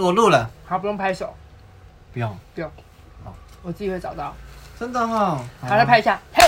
我录了。 好，不用拍手， 不用， 好，我自己会找到。 真的哦。 好，再拍一下。嘿，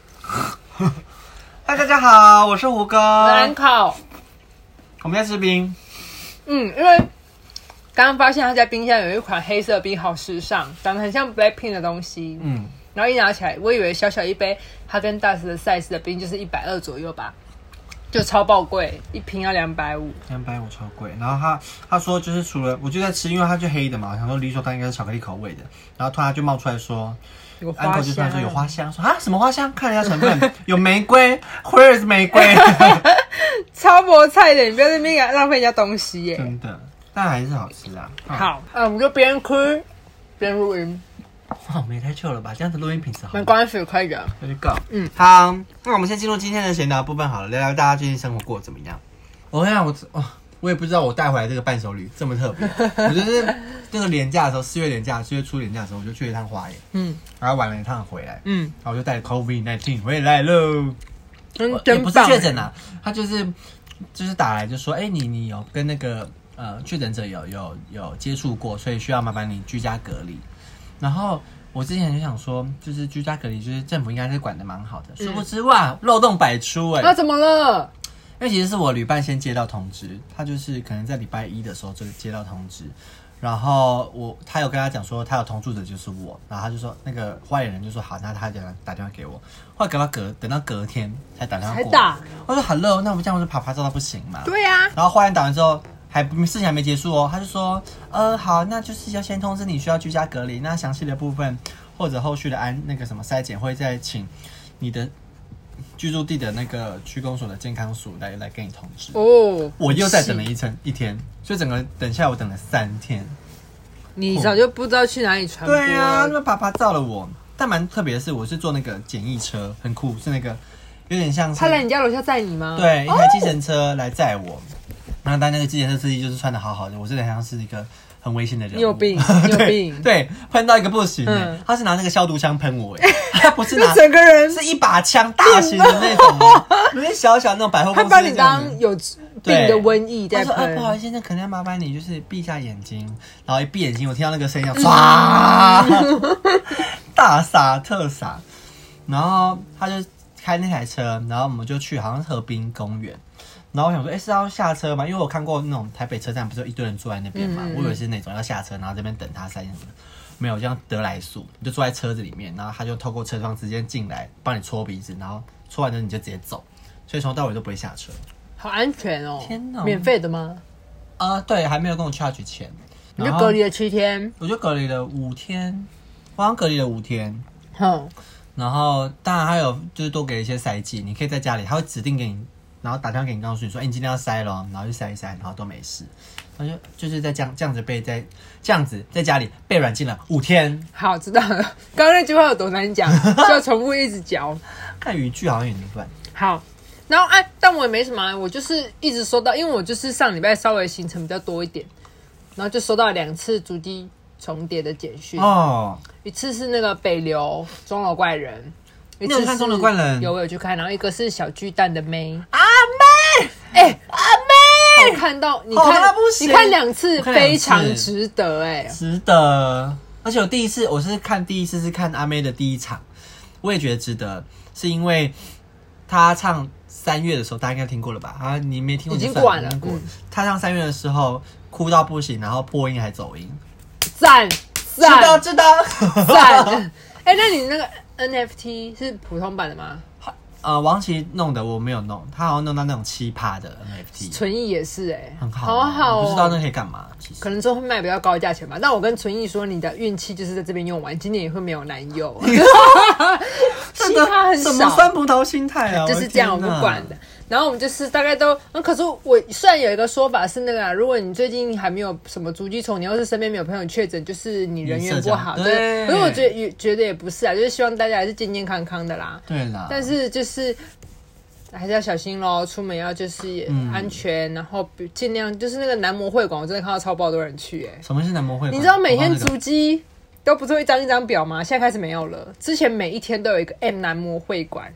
嗨，大家好，我是胡哥。 兰考。 我们在吃冰。 因为刚刚发现他家冰箱有一款黑色冰，好时尚，长得很像 Blackpink 的东西。然后一拿起来，我以为小小一杯，它跟大师的 size 的冰就是120左右吧，就超爆贵，一瓶要250。 250超贵。然后他说就是除了我就在吃，因为它就黑的嘛，我想说理所当然应该是巧克力口味的。然后突然就冒出来说， 有花安口就突然说香， 有花香，说啊什么花香？看一下成分，有玫瑰 ，Where is 玫瑰？ 超菠菜的，你不要在那边浪费人家东西耶。 真的，但还是好吃啊。 好，我们就边吃边录音。 哇，我们也太糗了吧！这样子录音品质好。 没关系，快点。 那就够。好，那我们先进入今天的闲聊部分好了，聊聊大家最近生活过得怎么样。我跟你讲，我也不知道我带回来这个伴手礼这么特别。我就是这个连假的时候，4月初连假的时候，我就去了一趟花莲，然后玩了一趟回来，然后我就带着 COVID-19 回来喽。也不是确诊啊，他就是打来就说，你有跟那个确诊者有接触过，所以需要麻烦你居家隔离。然后我之前就想说，就是居家隔离，就是政府应该是管得蛮好的，殊不知哇，漏洞百出那怎么了？ 因为其实是我旅伴先接到通知，他就是可能在礼拜1的时候就接到通知，然后他有跟他讲说他有同住者就是我，然后他就说那个花莲人就说好，那他就打电话给我，后来等到隔天才打电话过来， 才打。 我说 hello， 那我们这样就爬照到不行嘛？ 对呀。 然后花莲打完之后。事情还没结束哦，他就说，好，那就是要先通知你需要居家隔离，那详细的部分或者后续的那个什么筛检会再请你的居住地的那个区公所的健康署来给你通知。我又再等了一天，所以整个等下来我等了3天。 你早就不知道去哪里传播了。 对啊，那爬照了我，但蛮特别的是，我是坐那个简易车，很酷，是那个有点像是他来你家楼下载你吗？ 对，一台计程车来载我。然后但那个计程车司机就是穿得好好的，我真的像是一个很危险的人物。 你有病，你有病。 对，喷到一个不行他是拿那个消毒枪喷我他不是拿整个人是一把枪，大型的那种有点小小那种百货公司。 他把你当有病的瘟疫在喷。 他说不好意思，那可能要麻烦你就是闭一下眼睛，然后一闭眼睛，我听到那个声音唰，大洒特洒，然后他就开那台车，然后我们就去好像是河滨公园。然后我想说，是要下车吗？因为我看过那种台北车站，不是有一堆人坐在那边嘛？我以为是那种要下车，然后这边等他塞什么的，没有，这样得来速，你就坐在车子里面，然后他就透过车窗直接进来帮你搓鼻子，然后搓完之后你就直接走，所以从头到尾都不会下车。 好安全哦！ 天哪， 免费的吗？ 对，还没有跟我 charge 钱。 你就隔离了7天？ 我就隔离了5天，我好像隔离了5天。然后当然还有就是多给一些筛剂，你可以在家里，他会指定给你。然后打电话给你，告诉你说，你今天要筛咯，然后就筛一筛，然后都没事。然后就是在这样子这样子在家里被软禁了5天。 好，知道了。刚刚那句话有多难讲，需要重复一直嚼。 看语句好像有点乱。 好，然后但我也没什么，我就是一直收到，因为我就是上礼拜稍微行程比较多一点，然后就收到2次足迹重叠的简讯。一次是那个北流钟楼怪人。 你有看《钟楼怪人》？ 有，我有去看。然后一个是小巨蛋的妹阿妹， 阿妹，我看到你看，你看2次非常值得， 值得。而且我是看第一次是看阿妹的第一场，我也觉得值得，是因为她唱3月的时候，大家应该听过了吧？你没听过已经过完了。 她唱3月的时候哭到不行，然后破音还走音， 赞， 知道， 赞。那你那个NFT 是普通版的吗？ 王琦弄的，我没有弄，他好像弄到那种奇葩的 NFT。 纯艺也是很好，我不知道那可以干嘛。其实可能之后会卖比较高的价钱吧。但我跟纯艺说，你的运气就是在这边用完，今年也会没有男友。奇葩很少， 什么酸葡萄心态啊？ 就是这样，我不管的。然后我们就是大概都，可是我虽然有一个说法是那个如果你最近还没有什么足迹虫，你要是身边没有朋友确诊，就是你人缘不好。对。可是我觉得也不是啊，就是希望大家还是健健康康的啦。 对啦。 但是就是还是要小心咯，出门要就是安全，然后尽量就是那个男模会馆，我真的看到超爆多人去什么是男模会馆？ 你知道每天足迹都不是一张一张表吗？现在开始没有了，之前每一天都有一个 M 男模会馆。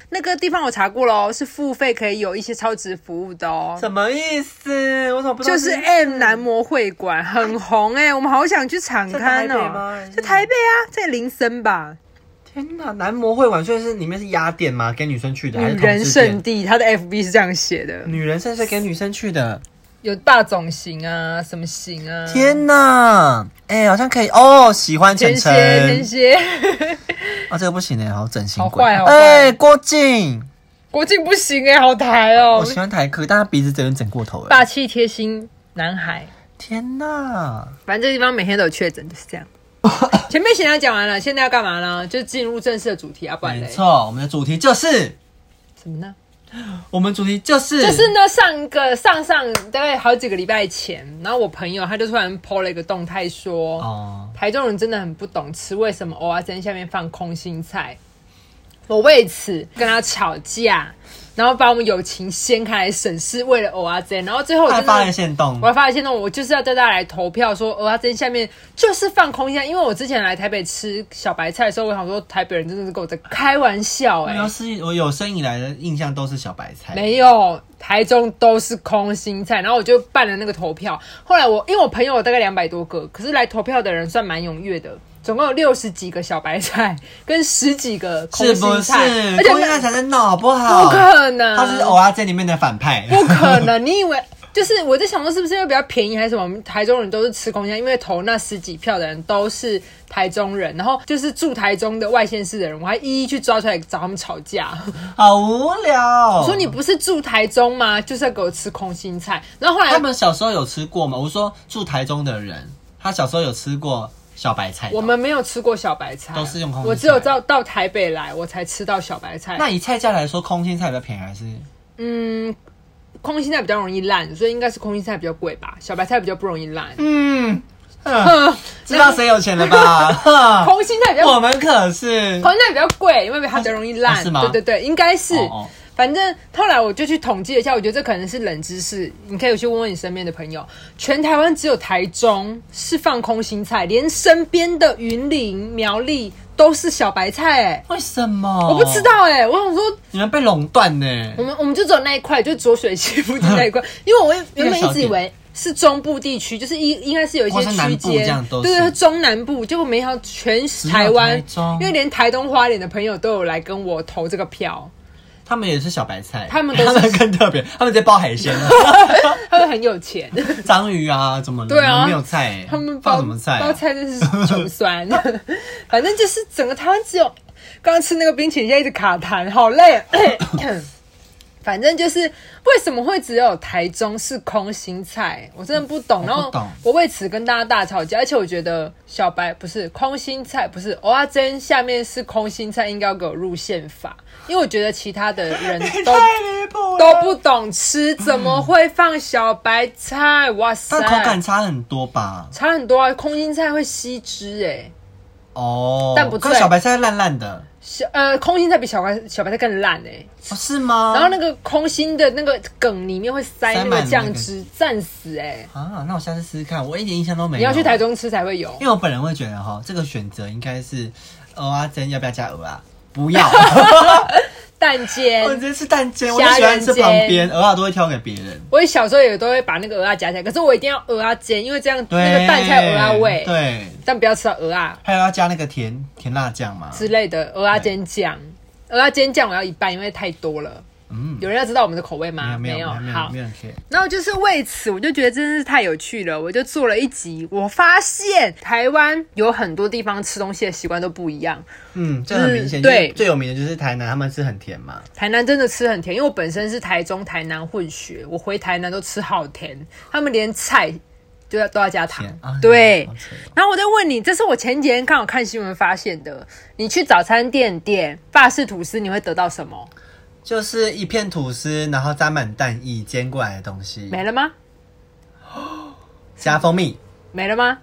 那个地方我查过咯，是付费可以有一些超值服务的哦。 什么意思？我怎么不知道？ 就是 M 男模会馆很红我们好想去场看哦。在台北啊，在林森吧。 天哪，男模会馆所以是里面是鸭店吗？给女生去的？ 女人圣地，他的 FB 是这样写的。 女人圣地给女生去的， 有霸总型啊，什么型啊？ 天哪，好像可以哦。喜欢晨晨， 天蝎。 啊，这个不行好整形鬼，好坏。 郭靖不行好台哦。 我喜欢台客，但他鼻子有点整过头霸气贴心男孩。 天哪， 反正这地方每天都有确诊，就是这样。前面闲聊讲完了，现在要干嘛呢？就进入正式的主题啊，不然没错，我们的主题就是什么呢？ 我们主题就是呢，上大概好几个礼拜前，然后我朋友他就突然 po 了一个动态说，台中人真的很不懂吃，为什么蚵仔煎下面放空心菜？我为此跟他吵架。然后把我们友情掀开来审视，为了蚵仔煎，然后最后我发了限动， 我就是要带大家来投票，说蚵仔煎下面就是放空心菜。因为我之前来台北吃小白菜的时候，我想说台北人真的是跟我在开玩笑我有生以来的印象都是小白菜， 没有，台中都是空心菜。然后我就办了那个投票，后来因为我朋友有大概200多个，可是来投票的人算蛮踊跃的。总共有60几个小白菜跟10几个空心菜， 是不是？空心菜才能闹好不好？ 不可能， 他是蚵仔煎里面的反派， 不可能。你以为就是我在想说，是不是因为比较便宜还是什么？我们台中人都是吃空心菜，因为投那10几票的人都是台中人，然后就是住台中的外县市的人，我还一一去抓出来找他们吵架， 好无聊。 我说你不是住台中吗？就是要给我吃空心菜。然后后来他们小时候有吃过吗？我说住台中的人，他小时候有吃过小白菜， 我们没有吃过小白菜， 都是用空心菜。 我只有到台北来，我才吃到小白菜。 那以菜价来说，空心菜比较便宜还是？ 空心菜比较容易烂，所以应该是空心菜比较贵吧。小白菜比较不容易烂。 知道谁有钱了吧？ 空心菜比较， 我们可是空心菜比较贵，因为它比较容易烂。 是吗？ 对，应该是。反正后来我就去统计了一下，我觉得这可能是冷知识，你可以去问问你身边的朋友。全台湾只有台中是放空心菜，连身边的云林、苗栗都是小白菜为什么？ 我不知道我想说你们被垄断呢。 我们就只有那一块，就是浊水溪附近那一块，因为我原本一直以为是中部地区，就是应该是有一些区间，对，中南部，结果没想到全台湾，因为连台东花莲的朋友都有来跟我投这个票。 他们也是小白菜， 他们更特别，他们直接包海鲜， 他们很有钱， 章鱼啊，怎么了？ 对啊， 没有菜他们放什么菜？ 包菜就是穷酸，反正就是整个台湾只有刚刚吃那个冰淇淋，现在一直卡痰，好累。反正就是为什么会只有台中是空心菜，我真的不懂。然后我为此跟大家大吵架，而且我觉得小白不是空心菜，不是蚵仔煎下面是空心菜，应该要给我入宪法，因为我觉得其他的人都不懂吃，怎么会放小白菜？哇塞， 但口感差很多吧？ 差很多啊，空心菜会吸汁但不对， 小白菜烂烂的。 空心菜比小白菜更烂是吗？ 然后那个空心的那个梗里面会塞那个酱汁，赞死那我下次试试看，我一点印象都没有。 你要去台中吃才会有， 因为我本人会觉得这个选择应该是蚵仔煎要不要加蚵啊？不要。 蛋煎， 我直接吃蛋煎，我就喜欢吃旁边，蚵仔都会挑给别人。 我小时候也都会把那个蚵仔夹起来，可是我一定要蚵仔煎，因为这样那个蛋才有蚵仔味。 对， 但不要吃到蚵仔。 还有要加那个甜辣酱嘛之类的蚵仔煎酱，蚵仔煎酱我要一半，因为太多了。有人要知道我们的口味吗？ 没有， 好， 没有人 care。 然后就是为此，我就觉得真是太有趣了，我就做了一集。我发现台湾有很多地方吃东西的习惯都不一样。 这很明显。对，最有名的就是台南，他们吃很甜嘛。 台南真的吃很甜，因为我本身是台中、台南混血，我回台南都吃好甜，他们连菜都要加糖。对，然后我再问你，这是我前几天刚好看新闻发现的，你去早餐店点法式吐司，你会得到什么？ 就是一片吐司，然后沾满蛋液煎过来的东西。 没了吗？ 加蜂蜜。 没了吗？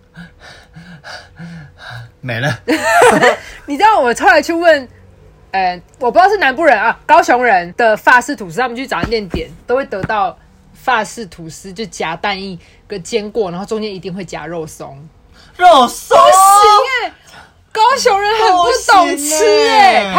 没了。 你知道我后来去问，我不知道是南部人啊，高雄人的法式吐司，他们去早餐店点都会得到法式吐司，就夹蛋液跟煎过，然后中间一定会夹肉松。 肉松不行高雄人很不懂吃他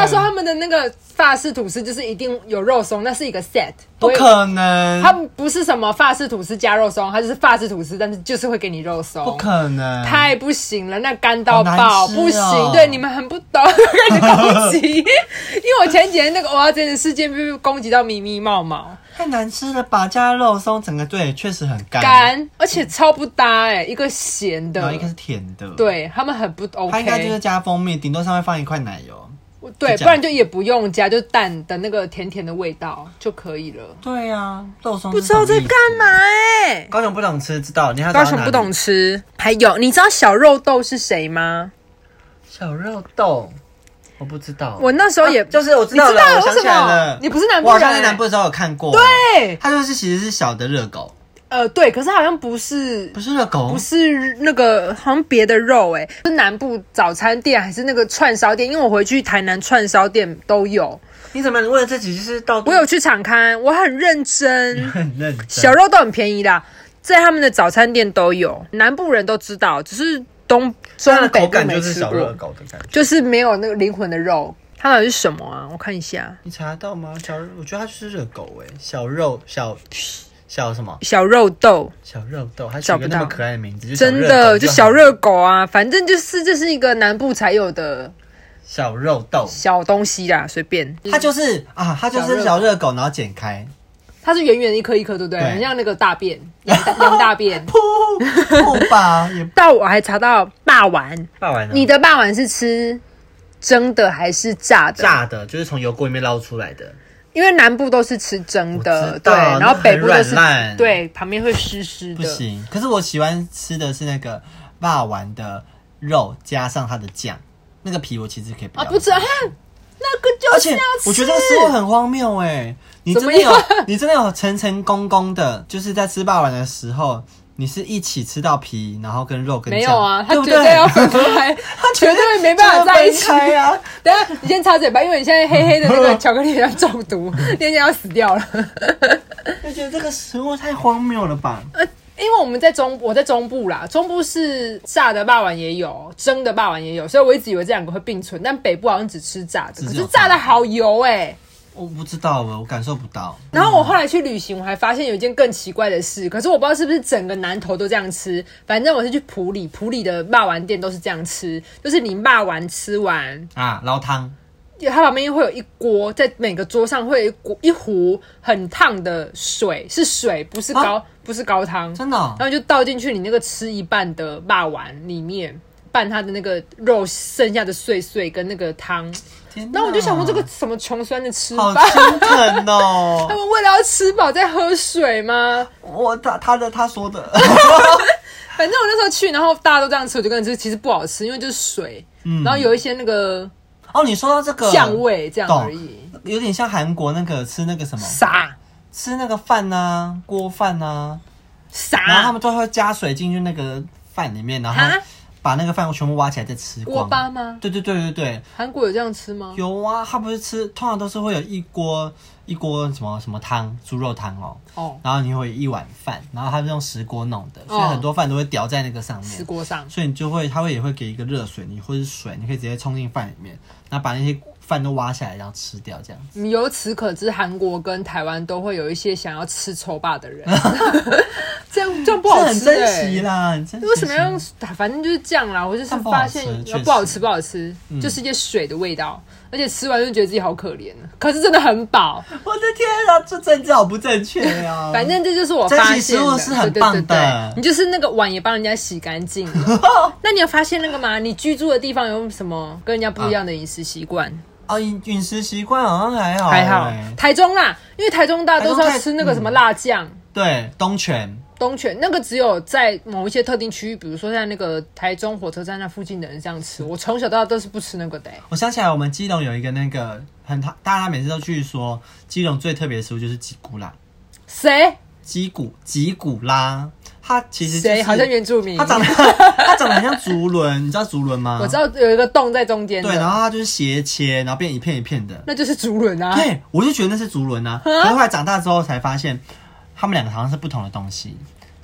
说他们的那个法式吐司就是一定有肉松，那是一个 set， 不可能， 它不是什么法式吐司加肉松，它就是法式吐司，但是就是会给你肉松， 不可能， 太不行了，那干到爆， 哦、 不行，对，你们很不懂，开始攻击，因为我前几天那个蚵仔煎的事件被攻击到咪咪毛毛。 太难吃了吧！加肉松，整个对确实很干，而且超不搭一个咸的， 然后一个是甜的， 对他们很不 OK。 它应该就是加蜂蜜，顶多上面放一块奶油， 对，不然就也不用加，就蛋的那个甜甜的味道就可以了。 对啊，肉松不知道在干嘛高雄不懂吃，知道？你还高雄不懂吃，还有你知道小肉豆是谁吗？ 小肉豆。我不知道， 我那时候也、 就是我知道了，我想起来了， 你不是南部人， 我好像在南部的时候有看过， 对， 它就是其实是小的热狗， 对，可是好像不是热狗， 不是那个好像别的肉是南部早餐店还是那个串烧店？因为我回去台南串烧店都有。 你怎么为了这几就是到？ 我有去场勘，我很认真， 很认真， 小肉都很便宜啦，在他们的早餐店都有，南部人都知道，只是中北部没吃过，就是没有那个灵魂的肉。它到底是什么啊？我看一下， 你查得到吗？我觉得它就是热狗小肉小什么？ 小肉豆， 它取个那么可爱的名字， 真的就小热狗啊！反正这是一个南部才有的小肉豆小东西啦，随便。 它就是小热狗，然后剪开。 它是圆圆的一颗一颗，对不对？很像那个大便，羊大便。 不吧？ 到我还查到霸丸，你的霸丸是吃蒸的还是炸的？ 炸的，就是从油锅里面捞出来的。 因为南部都是吃蒸的，对，然后北部都是对，旁边会湿湿的。 不行，可是我喜欢吃的是那个霸丸的肉加上它的酱，那个皮我其实可以不要。 不吃，那个就是要吃。 我觉得这个食物很荒谬你真的有成功功的，就是在吃霸王的时候，你是一起吃到皮，然后跟肉跟酱。 没有啊，他绝对要分开，他绝对没办法在一起啊！ 等一下，你先擦嘴巴，因为你现在黑黑的那个巧克力要中毒，你现在要死掉了。 我觉得这个食物太荒谬了吧？ 因为我在中部啦，中部是炸的霸王也有，蒸的霸王也有，所以我一直以为这两个会并存，但北部好像只吃炸的，可是炸的好油我不知道我感受不到。 然后我后来去旅行，我还发现有一件更奇怪的事，可是我不知道是不是整个南投都这样吃。反正我是去埔里的肉丸店都是这样吃，就是你肉丸吃完捞汤， 它旁边会有一锅，在每个桌上会有一壶很烫的水，是水，不是高汤， 真的然后就倒进去你那个吃一半的肉丸里面，拌它的那个肉剩下的碎碎跟那个汤。然后我就想说，这个什么穷酸的吃法， 好心疼哦！ 他们为了要吃饱在喝水吗？ 他说的。 反正我那时候去，然后大家都这样吃，我就跟着吃，其实不好吃，因为就是水，然后有一些那个你说到这个酱味这样而已， 有点像韩国那个吃那个什么吃那个饭啊，锅饭啊，然后他们都会加水进去那个饭里面，然后把那个饭全部挖起来再吃光。 锅巴吗？ 对。韩国有这样吃吗？ 有啊，他不是通常都是会有一锅什么汤，猪肉汤然后你会有一碗饭，然后他是用石锅弄的，所以很多饭都会掉在那个上面， 石锅上， 所以你他也会给一个热水，或是水，你可以直接冲进饭里面，然后把那些饭都挖下来，然后吃掉这样子。 由此可知，韩国跟台湾都会有一些想要吃丑霸的人，这样不好吃， 很珍惜啦，很珍惜。 为什么要用？反正就是这样啦。我就是发现不好吃，就是一些水的味道，而且吃完就觉得自己好可怜，可是真的很饱。 我的天啊，这政治好不正确啊！ 反正这就是我发现的， 珍惜食物是很棒的。 对，你就是那个碗也帮人家洗干净了。那你有发现那个吗？你居住的地方有什么跟人家不一样的饮食习惯？ 饮食习惯好像还好。 台中啦，因为台中大家都是要吃那个什么辣酱。 对，东泉那个只有在某一些特定区域，比如说在那个台中火车站那附近的人这样吃。我从小到大都是不吃那个的。 我想起来，我们基隆有一个那个大家每次都去说基隆最特别的食物就是吉古拉。 谁？ 吉古拉。它其实谁好像原住民， 它长得很像竹轮，你知道竹轮吗？ 我知道有一个洞在中间的。 对，然后它就是斜切，然后变一片一片的， 那就是竹轮啊。 对，我就觉得那是竹轮啊。可是后来长大之后才发现，他们两个好像是不同的东西。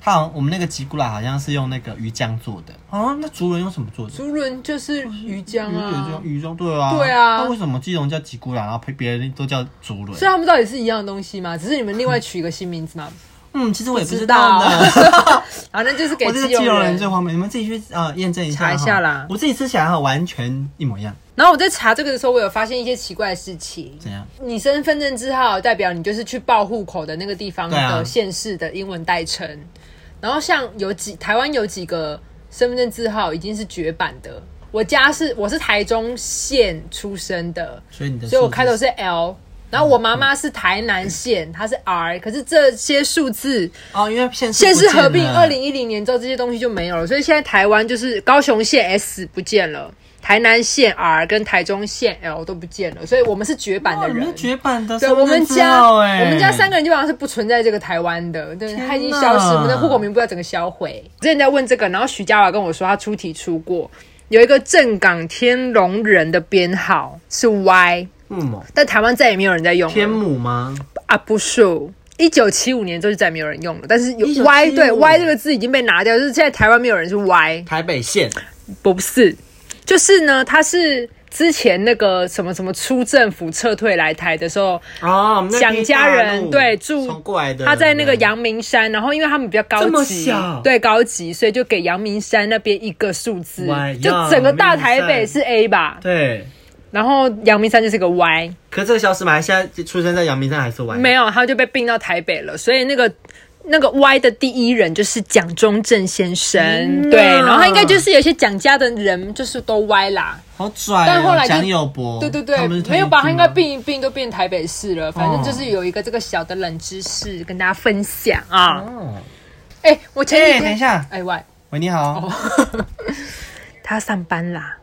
它好像我们那个吉古拉好像是用那个鱼浆做的。啊，那竹轮用什么做的？ 竹轮就是鱼浆啊， 鱼浆对啊。 对啊。 那为什么基隆叫吉古拉，然后别人都叫竹轮？ 所以他们到底是一样的东西吗？只是你们另外取一个新名字吗？ 其实我也不知道呢。 好，那就是给基隆人最荒谬，你们自己去验证一下， 查一下啦。 我自己吃起来完全一模一样。 然后我在查这个的时候，我有发现一些奇怪的事情。 怎样？ 你身份证字号代表你就是去报户口的那个地方的县市的英文代称。然后像台湾有几个身份证字号已经是绝版的。我是台中县出生的，所以我开头是 L。然后我妈妈是台南县，她是 R， 可是这些数字因为县市合并2010年之后，这些东西就没有了，所以现在台湾就是高雄县 S 不见了，台南县 R 跟台中县 L 都不见了，所以我们是绝版的人。 你们绝版的， 对，我们家3个人基本上是不存在这个台湾的，对，它已经消失，我们的户口名簿要整个销毁。之前在问这个，然后许家华跟我说，他出题出过有一个正港天龙人的编号是 Y。但台湾再也没有人在用了。 天母吗？ 啊，不是，1975年之后就再也没有人用了。但是有 Y， 对 Y 这个字已经被拿掉，就是现在台湾没有人是 Y。 台北县不是，就是呢，他是之前那个什么什么出政府撤退来台的时候，蒋家人对住过来的， 他在那个阳明山，然后因为他们比较高级，对高级，所以就给阳明山那边一个数字，就整个大台北是 A 吧？ 对。 然后阳明山就是个 Y， 可是这个消失吗？现在出生在阳明山还是 Y？ 没有，他就被并到台北了。所以那个 Y 的第一人就是蒋中正先生，对，然后他应该就是有些蒋家的人就是都 Y 啦， 好拽。 但后来蒋友柏， 对，没有把他应该并一并都变台北市了。反正就是有一个这个小的冷知识跟大家分享啊。我前几天等一下喂你好， 他上班啦。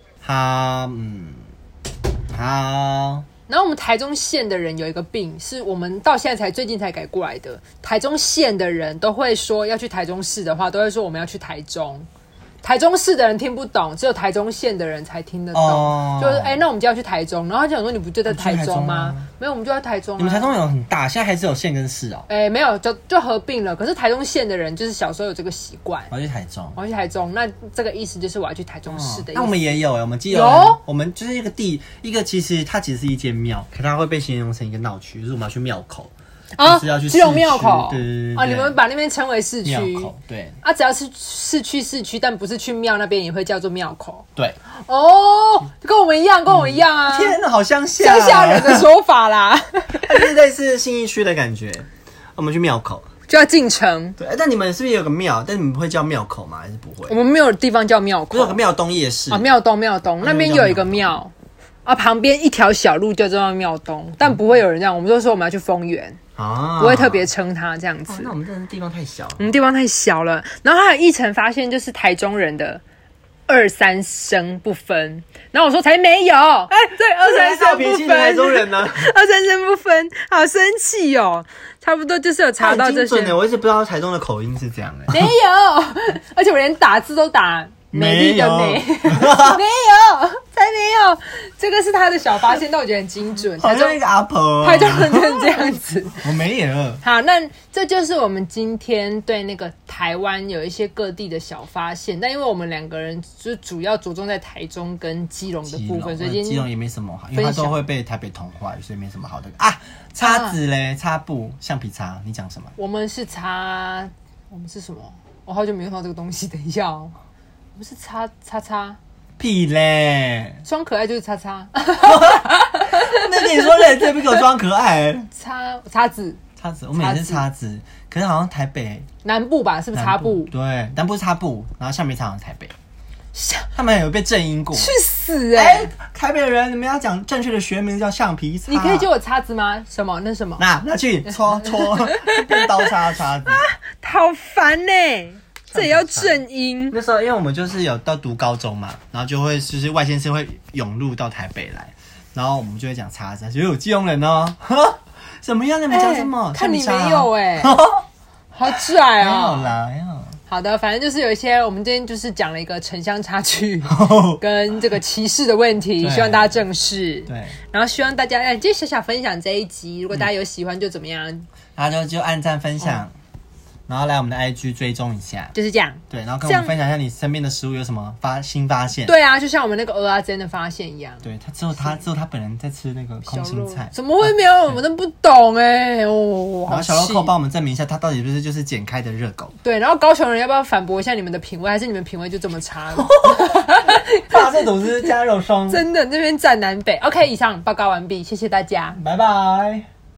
好。 然后我们台中县的人有一个病，是我们到现在最近才改过来的。台中县的人都会说要去台中市的话，都会说我们要去台中。台中市的人听不懂，只有台中县的人才听得懂。就是那我们就要去台中。然后他讲说你不就在台中吗？没有，我们就在台中。 你们台中有很大，现在还是有县跟市哦。 没有，就合并了。可是台中县的人就是小时候有这个习惯。 我要去台中， 那这个意思就是我要去台中市的意思。 那我们也有我们基隆，我们就是一个其实它是一间庙，可它会被形容成一个闹区，就是我们要去庙口。就是要去基隆庙口， 对， 你们把那边称为市区， 庙口，对， 只要是市区，但不是去庙那边也会叫做庙口， 对， 跟我们一样啊！ 天哪，好乡下人的说法啦， 就是类似信义区的感觉。我们去庙口就要进城， 对，但你们是不是有个庙？但你们不会叫庙口吗？还是不会？ 我们没有地方叫庙口， 不是有个庙东夜市庙东那边有一个庙旁边一条小路就叫庙东，但不会有人这样，我们都说我们要去丰原。不会特别称它这样子。 那我们这地方太小了。 地方太小了。然后还有一层发现，就是台中人的2、3声不分。然后我说才没有，对，2、3声不分。 台中人呢 ？2、3声不分，好生气哦。差不多就是有查到这些。 我一直不知道台中的口音是这样没有，而且我连打字都打。美丽的美，没有，才没有。这个是他的小发现，但我觉得很精准。 好像一个阿婆， 台中人就是这样子。 我没有。 好，那这就是我们今天对那个台湾有一些各地的小发现。但因为我们2个人就主要着重在台中跟基隆的部分，所以今天基隆也没什么好，因为它都会被台北同化，所以没什么好的啊。擦子嘞，擦布、橡皮擦，你讲什么？ 我们是什么？我好久没用到这个东西，等一下哦。不是擦屁嘞， 装可爱就是擦。 那你说嘞，这边给我装可爱。 擦子， 我们也是擦子，可是好像台北南部吧，是不是擦布？ 对，南部是擦布，然后橡皮擦好像台北。他们有被正音过， 去死台北人，你们要讲正确的学名叫橡皮擦。 你可以借我擦子吗？什么？那什么？ 拿去搓，变刀叉子。 好烦呢。这也要正音。 那时候因为我们就是有到读高中嘛，然後就会就是外县市会涌入到台北来，然后我们就会讲叉子，就有基隆人哦。怎么样？你们讲什么？ 看你没有好拽哦。 没有啦， 好的，反正就是有一些，我们今天就是讲了一个城乡差距跟这个歧视的问题，希望大家正视。 对， 然后希望大家就小分享这一集，如果大家有喜欢就怎么样， 然后就按赞分享。 然后来我们的 IG 追踪一下， 就是这样。 对，然后跟我们分享一下你身边的食物有什么新发现。 对啊，就像我们那个蚵仔煎的发现一样。 对，只有他本人在吃那个空心菜， 怎么会没有？我都不懂哎、哦， 然后小肉扣帮我们证明一下，他到底是不是就是剪开的热狗？ 对，然后高雄人要不要反驳一下你们的品味，还是你们品味就这么差了？ 法式吐司加肉松， 真的这边占南北。OK， 以上报告完毕，谢谢大家， 拜拜。